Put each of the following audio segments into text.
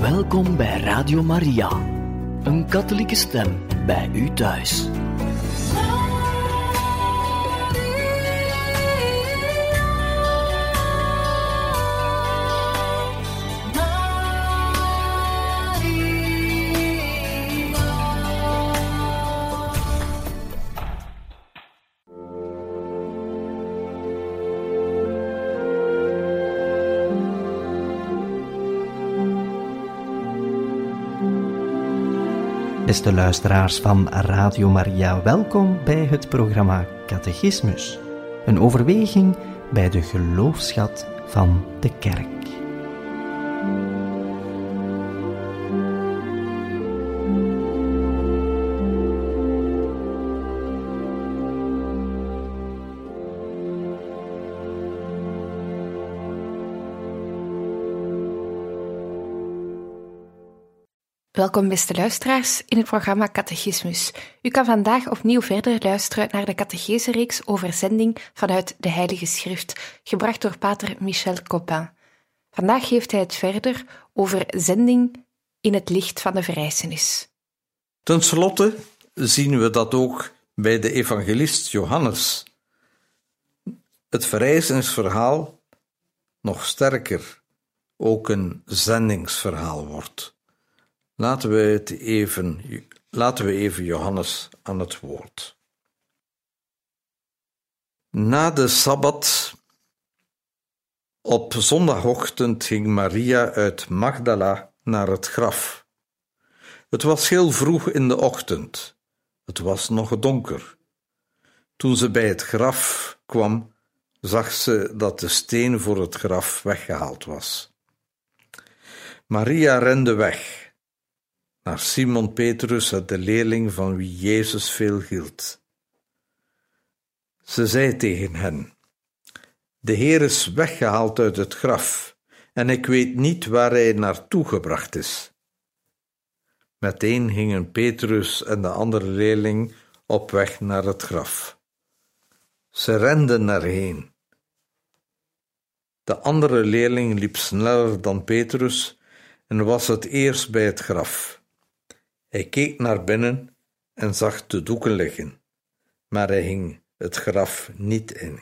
Welkom bij Radio Maria, een katholieke stem bij u thuis. Beste luisteraars van Radio Maria, welkom bij het programma Catechismus. Een overweging bij de geloofsschat van de Kerk. Welkom beste luisteraars in het programma Catechismus. U kan vandaag opnieuw verder luisteren naar de catechese-reeks over zending vanuit de Heilige Schrift, gebracht door pater Michel Copin. Vandaag geeft hij het verder over zending in het licht van de verrijzenis. Ten slotte zien we dat ook bij de evangelist Johannes het verrijzenisverhaal nog sterker ook een zendingsverhaal wordt. Laten we even Johannes aan het woord. Na de Sabbat, op zondagochtend, ging Maria uit Magdala naar het graf. Het was heel vroeg in de ochtend. Het was nog donker. Toen ze bij het graf kwam, zag ze dat de steen voor het graf weggehaald was. Maria rende weg naar Simon Petrus, de leerling van wie Jezus veel hield. Ze zei tegen hen: de Heer is weggehaald uit het graf, en ik weet niet waar hij naartoe gebracht is. Meteen gingen Petrus en de andere leerling op weg naar het graf. Ze renden erheen. De andere leerling liep sneller dan Petrus en was het eerst bij het graf. Hij keek naar binnen en zag de doeken liggen, maar hij ging het graf niet in.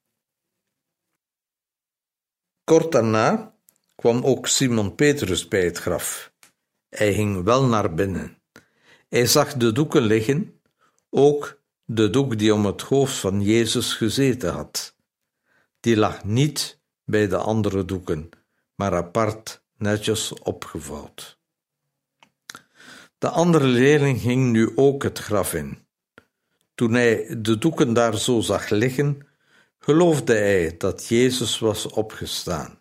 Kort daarna kwam ook Simon Petrus bij het graf. Hij ging wel naar binnen. Hij zag de doeken liggen, ook de doek die om het hoofd van Jezus gezeten had. Die lag niet bij de andere doeken, maar apart netjes opgevouwd. De andere leerling ging nu ook het graf in. Toen hij de doeken daar zo zag liggen, geloofde hij dat Jezus was opgestaan.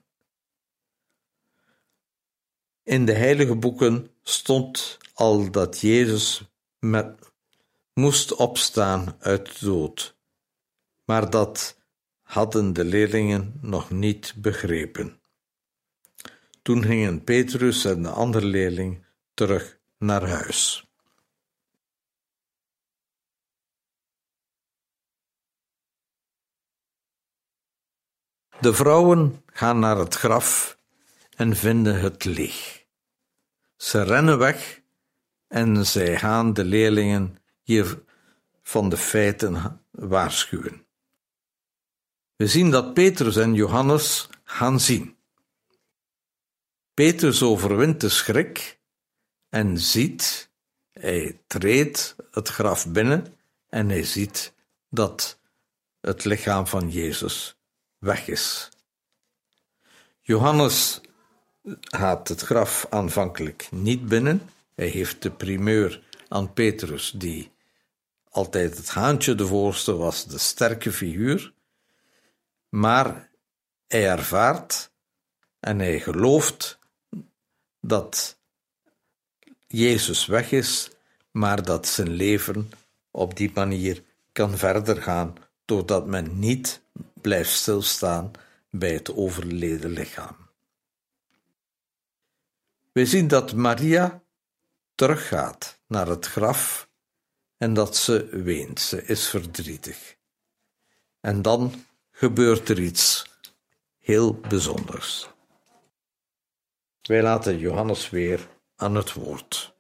In de heilige boeken stond al dat Jezus moest opstaan uit de dood, maar dat hadden de leerlingen nog niet begrepen. Toen gingen Petrus en de andere leerling terug naar huis. De vrouwen gaan naar het graf en vinden het leeg. Ze rennen weg en zij gaan de leerlingen hier van de feiten waarschuwen. We zien dat Petrus en Johannes gaan zien. Petrus overwint de schrik en ziet, hij treedt het graf binnen en hij ziet dat het lichaam van Jezus weg is. Johannes gaat het graf aanvankelijk niet binnen. Hij heeft de primeur aan Petrus, die altijd het haantje de voorste was, de sterke figuur. Maar hij ervaart en hij gelooft dat Jezus weg is, maar dat zijn leven op die manier kan verder gaan, doordat men niet blijft stilstaan bij het overleden lichaam. We zien dat Maria teruggaat naar het graf en dat ze weent, ze is verdrietig. En dan gebeurt er iets heel bijzonders. Wij laten Johannes weer aan het woord.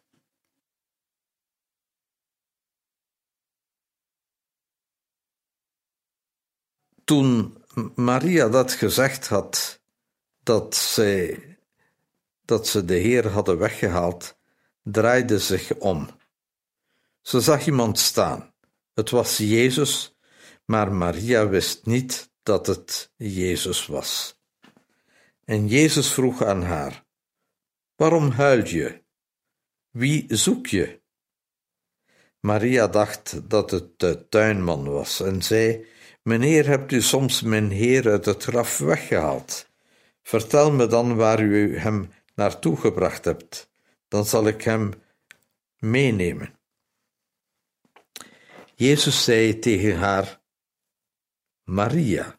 Toen Maria dat gezegd had, dat ze de Heer hadden weggehaald, draaide zich om. Ze zag iemand staan. Het was Jezus, maar Maria wist niet dat het Jezus was. En Jezus vroeg aan haar: waarom huil je? Wie zoek je? Maria dacht dat het de tuinman was en zei: Meneer, hebt u soms mijn Heer uit het graf weggehaald? Vertel me dan waar u hem naartoe gebracht hebt, dan zal ik hem meenemen. Jezus zei tegen haar: Maria.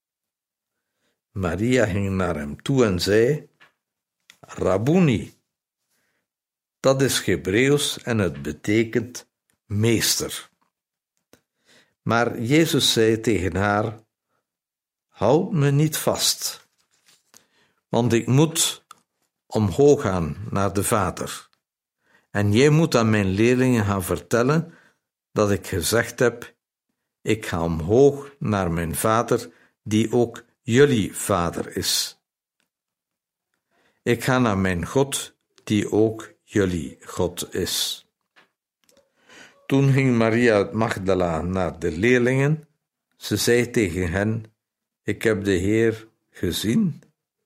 Maria ging naar hem toe en zei: Rabboni. Dat is Hebreeuws en het betekent meester. Maar Jezus zei tegen haar: houd me niet vast, want ik moet omhoog gaan naar de Vader. En jij moet aan mijn leerlingen gaan vertellen dat ik gezegd heb: ik ga omhoog naar mijn Vader, die ook jullie Vader is. Ik ga naar mijn God, die ook jullie God is. Toen ging Maria Magdala naar de leerlingen. Ze zei tegen hen: ik heb de Heer gezien.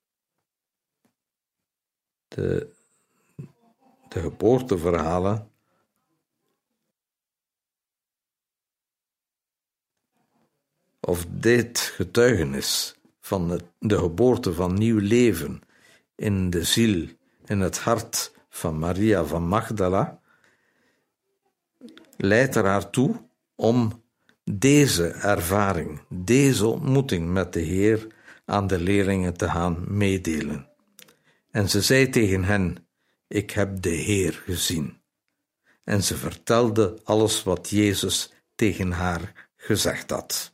De geboorteverhalen of dit getuigenis van de geboorte van nieuw leven in de ziel, in het hart van Maria van Magdala, leidt er haar toe om deze ervaring, deze ontmoeting met de Heer aan de leerlingen te gaan meedelen. En ze zei tegen hen: ik heb de Heer gezien. En ze vertelde alles wat Jezus tegen haar gezegd had.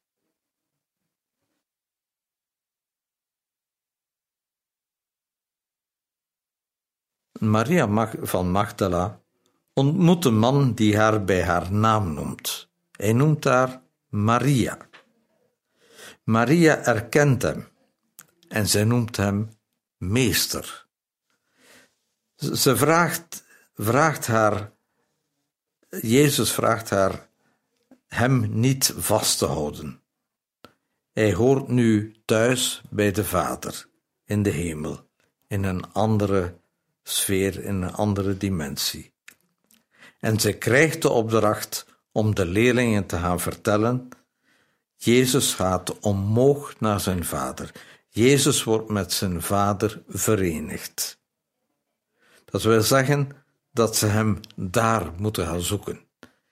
Maria van Magdala ontmoet een man die haar bij haar naam noemt. Hij noemt haar Maria. Maria erkent hem en zij noemt hem meester. Ze vraagt haar, Jezus vraagt haar hem niet vast te houden. Hij hoort nu thuis bij de Vader in de hemel, in een andere sfeer, in een andere dimensie. En zij krijgt de opdracht om de leerlingen te gaan vertellen: Jezus gaat omhoog naar zijn Vader. Jezus wordt met zijn Vader verenigd. Dat wil zeggen dat ze hem daar moeten gaan zoeken.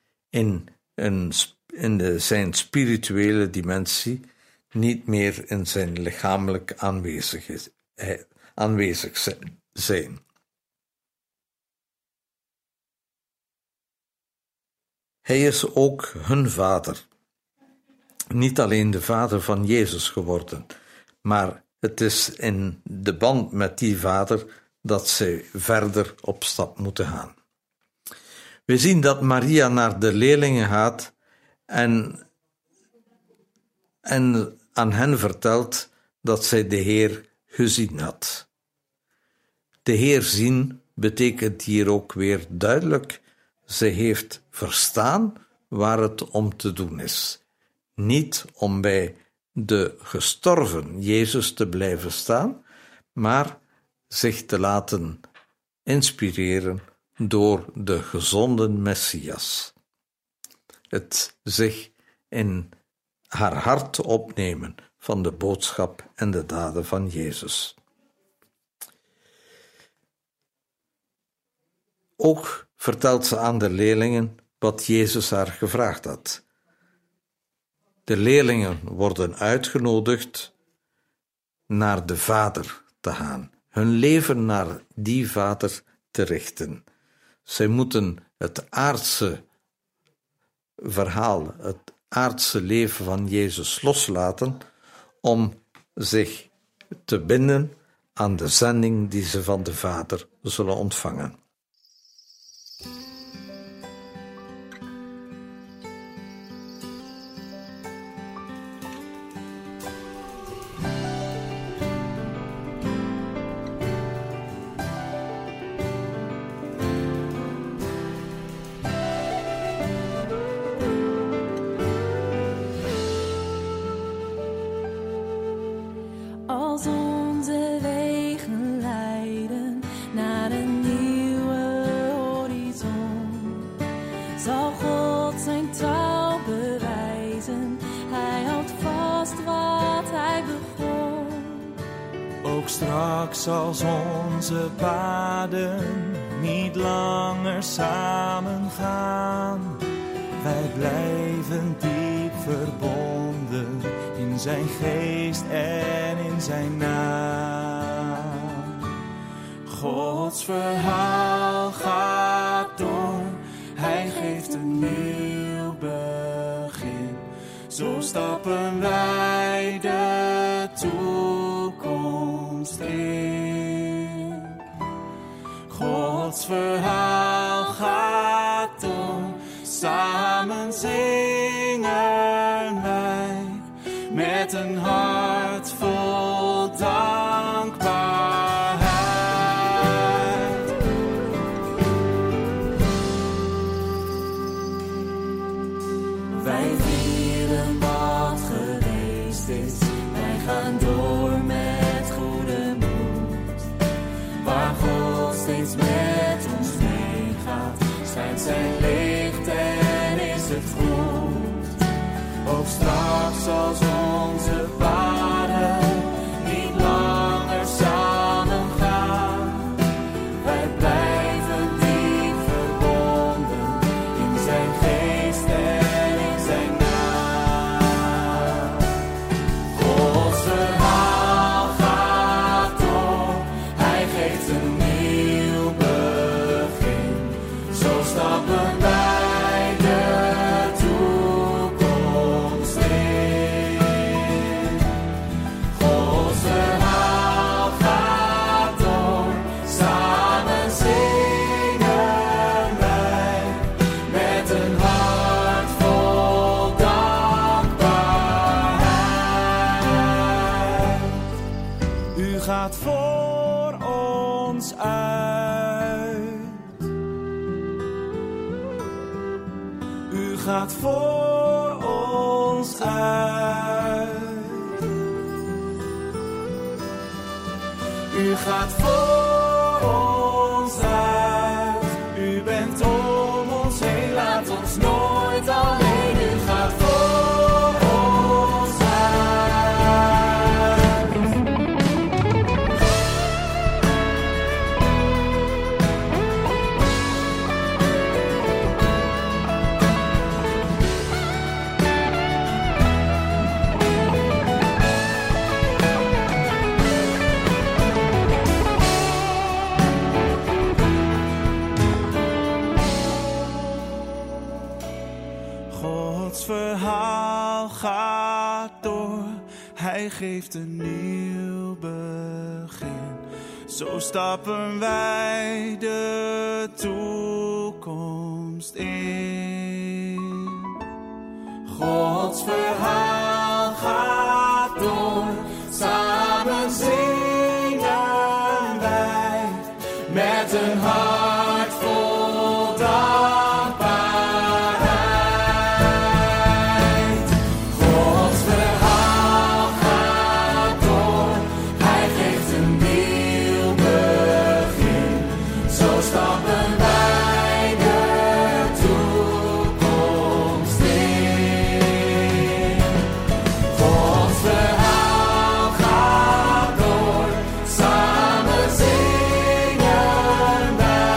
Zijn spirituele dimensie, niet meer in zijn lichamelijk aanwezig zijn. Hij is ook hun Vader. Niet alleen de Vader van Jezus geworden, maar het is in de band met die Vader dat zij verder op stap moeten gaan. We zien dat Maria naar de leerlingen gaat en aan hen vertelt dat zij de Heer gezien had. De Heer zien betekent hier ook weer duidelijk: zij heeft verstaan waar het om te doen is. Niet om bij de gestorven Jezus te blijven staan, maar zich te laten inspireren door de gezonden Messias. Het zich in haar hart opnemen van de boodschap en de daden van Jezus. Ook vertelt ze aan de leerlingen wat Jezus haar gevraagd had. De leerlingen worden uitgenodigd naar de Vader te gaan, hun leven naar die Vader te richten. Zij moeten het aardse verhaal, het aardse leven van Jezus loslaten om zich te binden aan de zending die ze van de Vader zullen ontvangen. Als onze wegen leiden naar een nieuwe horizon, zal God zijn trouw bewijzen. Hij houdt vast wat hij begon. Ook straks als onze paden niet langer samen gaan, wij blijven diep verbonden in zijn geest en in zijn naam. Gods verhaal gaat door, hij geeft een nieuw begin. Zo stappen wij de toekomst in. Gods verhaal gaat door, samen zingen wij met een hart vol dankbaarheid. Wij vieren wat geweest is, wij gaan door met goede moed. Waar God steeds met ons meegaat, schijnt zijn licht en is het goed. Ook straks als onze paden niet langer samen gaan, wij blijven diep verbonden in zijn geest en in zijn naam. Gods verhaal gaat door, hij geeft een nieuw begin. Zo stappen wij de toekomst in. Gods verhaal gaat door, samen zingen wij met een hart vol dankbaarheid. U gaat voor ons uit. U gaat voor ons uit. U gaat voor ons uit. U bent om ons heen, laat ons nooit alleen. U gaat voor ons uit. Gods verhaal gaat door, hij geeft een nieuw begin. Zo stappen wij de toekomst in. Gods verhaal gaat door, samen zingen wij met een hart vol dankbaarheid. Gods verhaal gaat door, hij geeft een nieuw begin. Zo stappen wij de toekomst in. Gods verhaal gaat door, samen zingen wij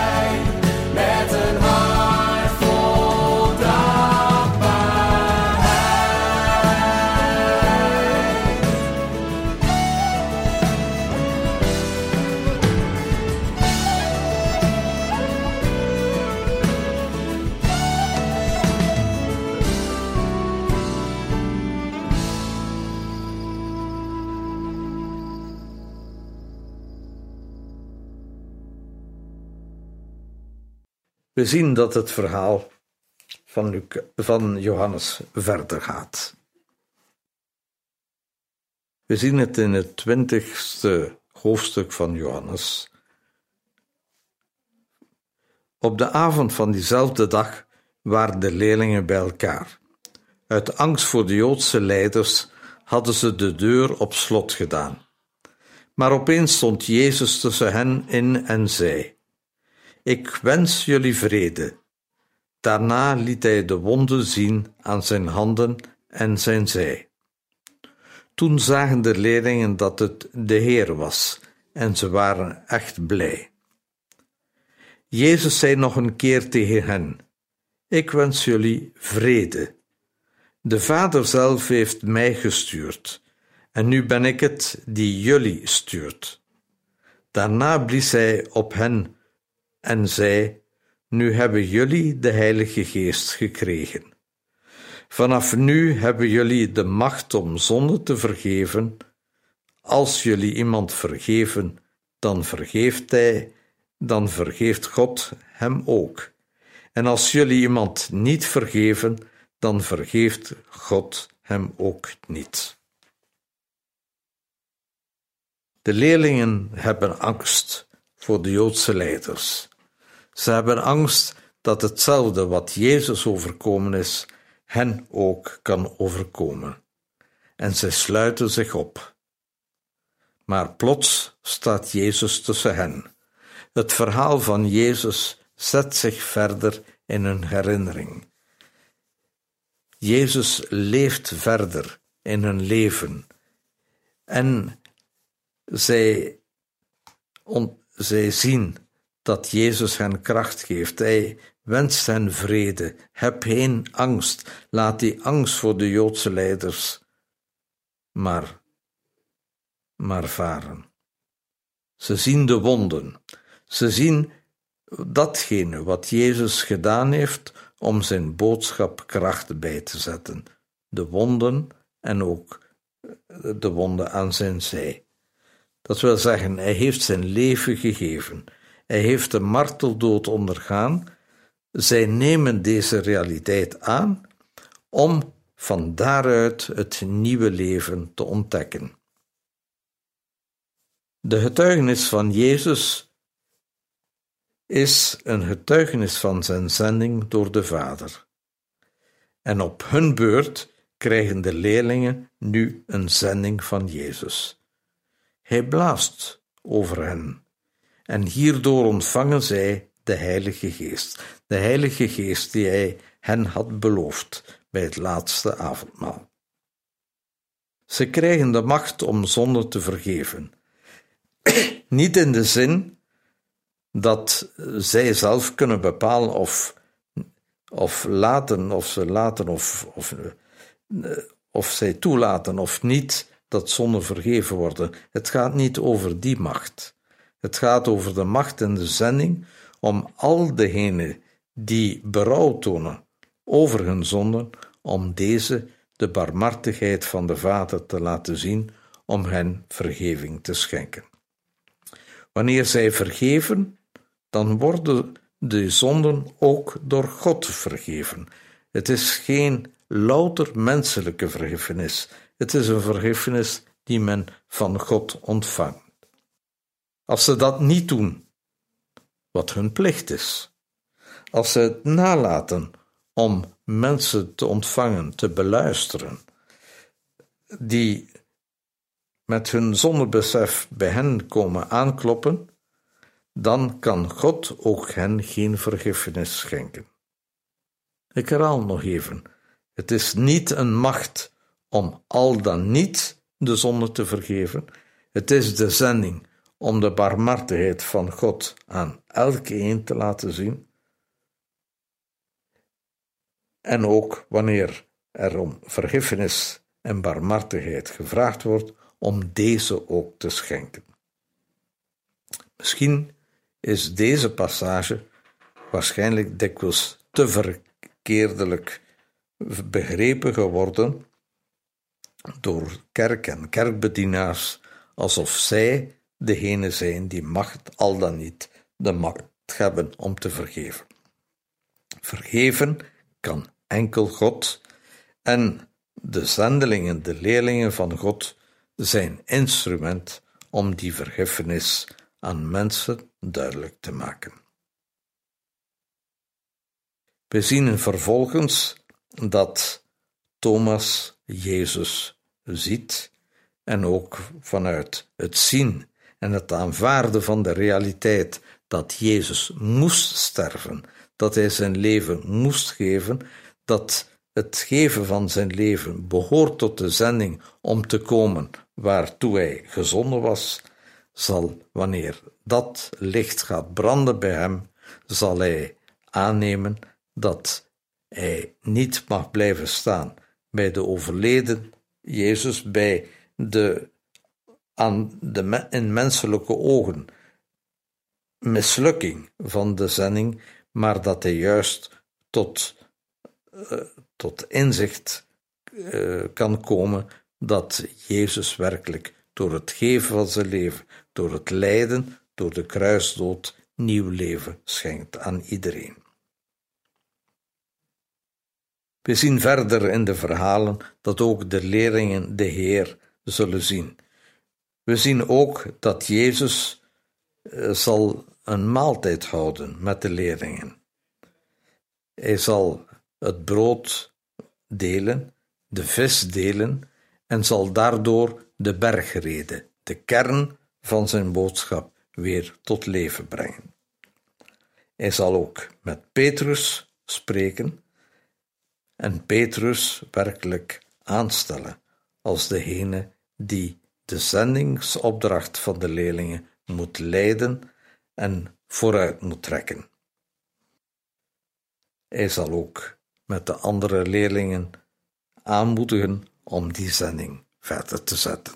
We zien dat het verhaal van Johannes verder gaat. We zien het in het 20e hoofdstuk van Johannes. Op de avond van diezelfde dag waren de leerlingen bij elkaar. Uit angst voor de Joodse leiders hadden ze de deur op slot gedaan. Maar opeens stond Jezus tussen hen in en zei: Ik wens jullie vrede. Daarna liet hij de wonden zien aan zijn handen en zijn zij. Toen zagen de leerlingen dat het de Heer was en ze waren echt blij. Jezus zei nog een keer tegen hen: Ik wens jullie vrede. De Vader zelf heeft mij gestuurd en nu ben ik het die jullie stuurt. Daarna blies hij op hen en zei: Nu hebben jullie de Heilige Geest gekregen. Vanaf nu hebben jullie de macht om zonde te vergeven. Als jullie iemand vergeven, dan vergeeft God hem ook. En als jullie iemand niet vergeven, dan vergeeft God hem ook niet. De leerlingen hebben angst voor de Joodse leiders. Ze hebben angst dat hetzelfde wat Jezus overkomen is, hen ook kan overkomen. En zij sluiten zich op. Maar plots staat Jezus tussen hen. Het verhaal van Jezus zet zich verder in hun herinnering. Jezus leeft verder in hun leven. En zij zien dat Jezus hen kracht geeft. Hij wenst hen vrede. Heb geen angst. Laat die angst voor de Joodse leiders maar varen. Ze zien de wonden. Ze zien datgene wat Jezus gedaan heeft om zijn boodschap kracht bij te zetten. De wonden en ook de wonden aan zijn zij. Dat wil zeggen, hij heeft zijn leven gegeven. Hij heeft de marteldood ondergaan. Zij nemen deze realiteit aan om van daaruit het nieuwe leven te ontdekken. De getuigenis van Jezus is een getuigenis van zijn zending door de Vader. En op hun beurt krijgen de leerlingen nu een zending van Jezus. Hij blaast over hen en hierdoor ontvangen zij de Heilige Geest. De Heilige Geest die hij hen had beloofd bij het laatste avondmaal. Ze krijgen de macht om zonde te vergeven. Niet in de zin dat zij zelf kunnen bepalen of zij toelaten of niet dat zonden vergeven worden. Het gaat niet over die macht. Het gaat over de macht en de zending om al degenen die berouw tonen over hun zonden, om deze de barmhartigheid van de Vader te laten zien, om hen vergeving te schenken. Wanneer zij vergeven, dan worden de zonden ook door God vergeven. Het is geen louter menselijke vergiffenis. Het is een vergiffenis die men van God ontvangt. Als ze dat niet doen, wat hun plicht is, als ze het nalaten om mensen te ontvangen, te beluisteren, die met hun zondebesef bij hen komen aankloppen, dan kan God ook hen geen vergiffenis schenken. Ik herhaal nog even, het is niet een macht om al dan niet de zonde te vergeven, het is de zending om de barmhartigheid van God aan elke een te laten zien. En ook wanneer er om vergiffenis en barmhartigheid gevraagd wordt, om deze ook te schenken. Misschien is deze passage waarschijnlijk dikwijls te verkeerdelijk begrepen geworden door kerk en kerkbedienaars, alsof zij degene zijn die macht, al dan niet de macht hebben om te vergeven. vergeven kan enkel God en de zendelingen, de leerlingen van God, zijn instrument om die vergiffenis aan mensen duidelijk te maken. We zien vervolgens dat Thomas Jezus ziet en ook vanuit het zien en het aanvaarden van de realiteit dat Jezus moest sterven, dat hij zijn leven moest geven, dat het geven van zijn leven behoort tot de zending om te komen waartoe hij gezonden was, zal, wanneer dat licht gaat branden bij hem, zal hij aannemen dat hij niet mag blijven staan bij de overleden Jezus, bij in menselijke ogen mislukking van de zending, maar dat hij juist tot inzicht kan komen dat Jezus werkelijk door het geven van zijn leven, door het lijden, door de kruisdood, nieuw leven schenkt aan iedereen. We zien verder in de verhalen dat ook de leerlingen de Heer zullen zien. We zien ook dat Jezus zal een maaltijd houden met de leerlingen. Hij zal het brood delen, de vis delen en zal daardoor de bergrede, de kern van zijn boodschap, weer tot leven brengen. Hij zal ook met Petrus spreken en Petrus werkelijk aanstellen als degene die de zendingsopdracht van de leerlingen moet leiden en vooruit moet trekken. Hij zal ook met de andere leerlingen aanmoedigen om die zending verder te zetten.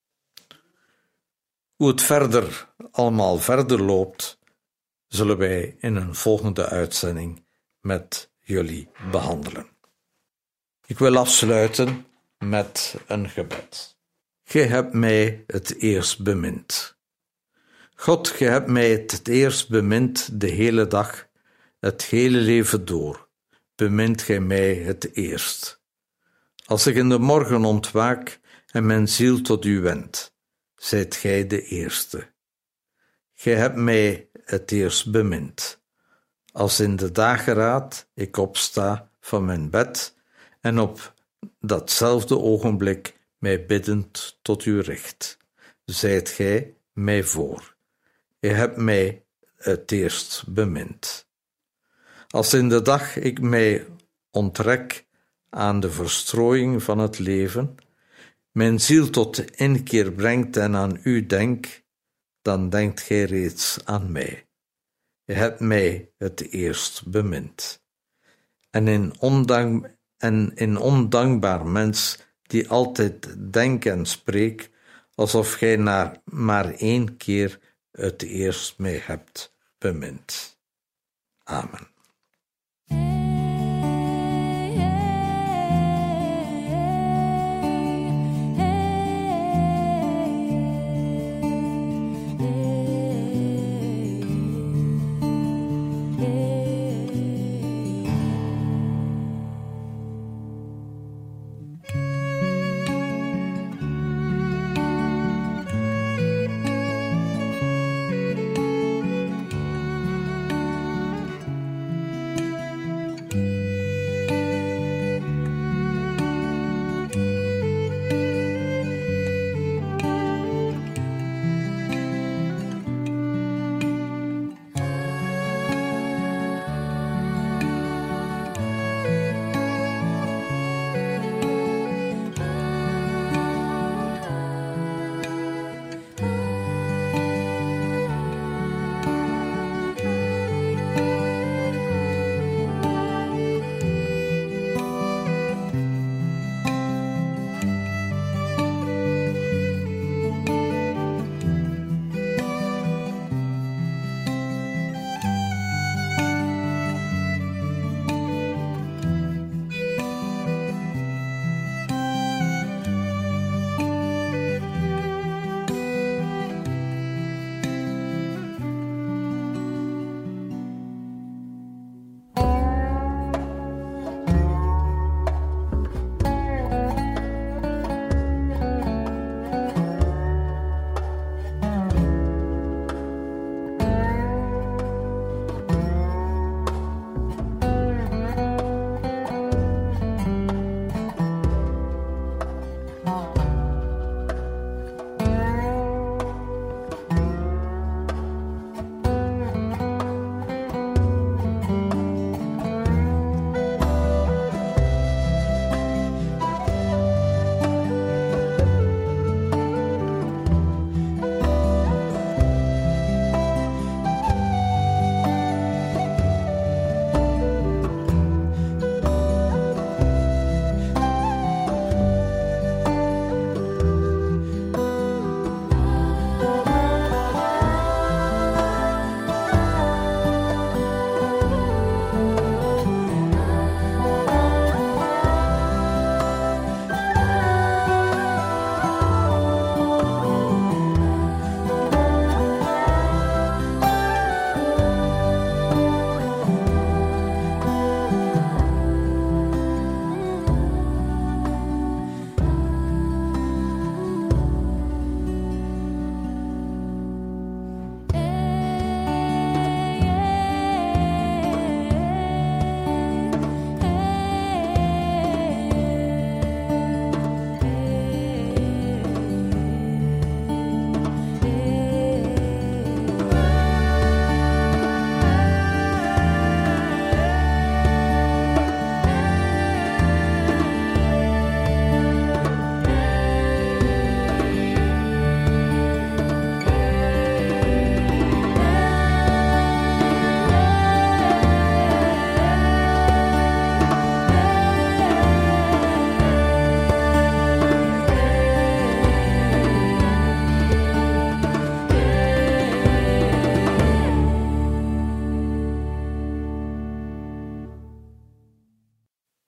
Hoe het allemaal verder loopt, zullen wij in een volgende uitzending met jullie behandelen. Ik wil afsluiten met een gebed. Gij hebt mij het eerst bemind. God, gij hebt mij het eerst bemind de hele dag, het hele leven door. Bemint gij mij het eerst. Als ik in de morgen ontwaak en mijn ziel tot u wendt, zijt gij de eerste. Gij hebt mij het eerst bemind. Als in de dageraad ik opsta van mijn bed en op datzelfde ogenblik mij biddend tot u richt, zijt gij mij voor. Gij hebt mij het eerst bemind. Als in de dag ik mij onttrek aan de verstrooiing van het leven, mijn ziel tot inkeer brengt en aan u denk, dan denkt gij reeds aan mij. Je hebt mij het eerst bemind. En in ondankbaar mens, die altijd denk en spreek, alsof gij maar 1 keer het eerst mij hebt bemind. Amen.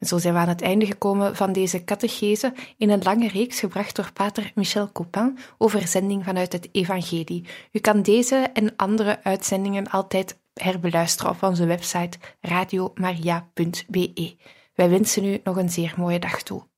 En zo zijn we aan het einde gekomen van deze catechese in een lange reeks gebracht door pater Michel Copin over zending vanuit het Evangelie. U kan deze en andere uitzendingen altijd herbeluisteren op onze website radiomaria.be. Wij wensen u nog een zeer mooie dag toe.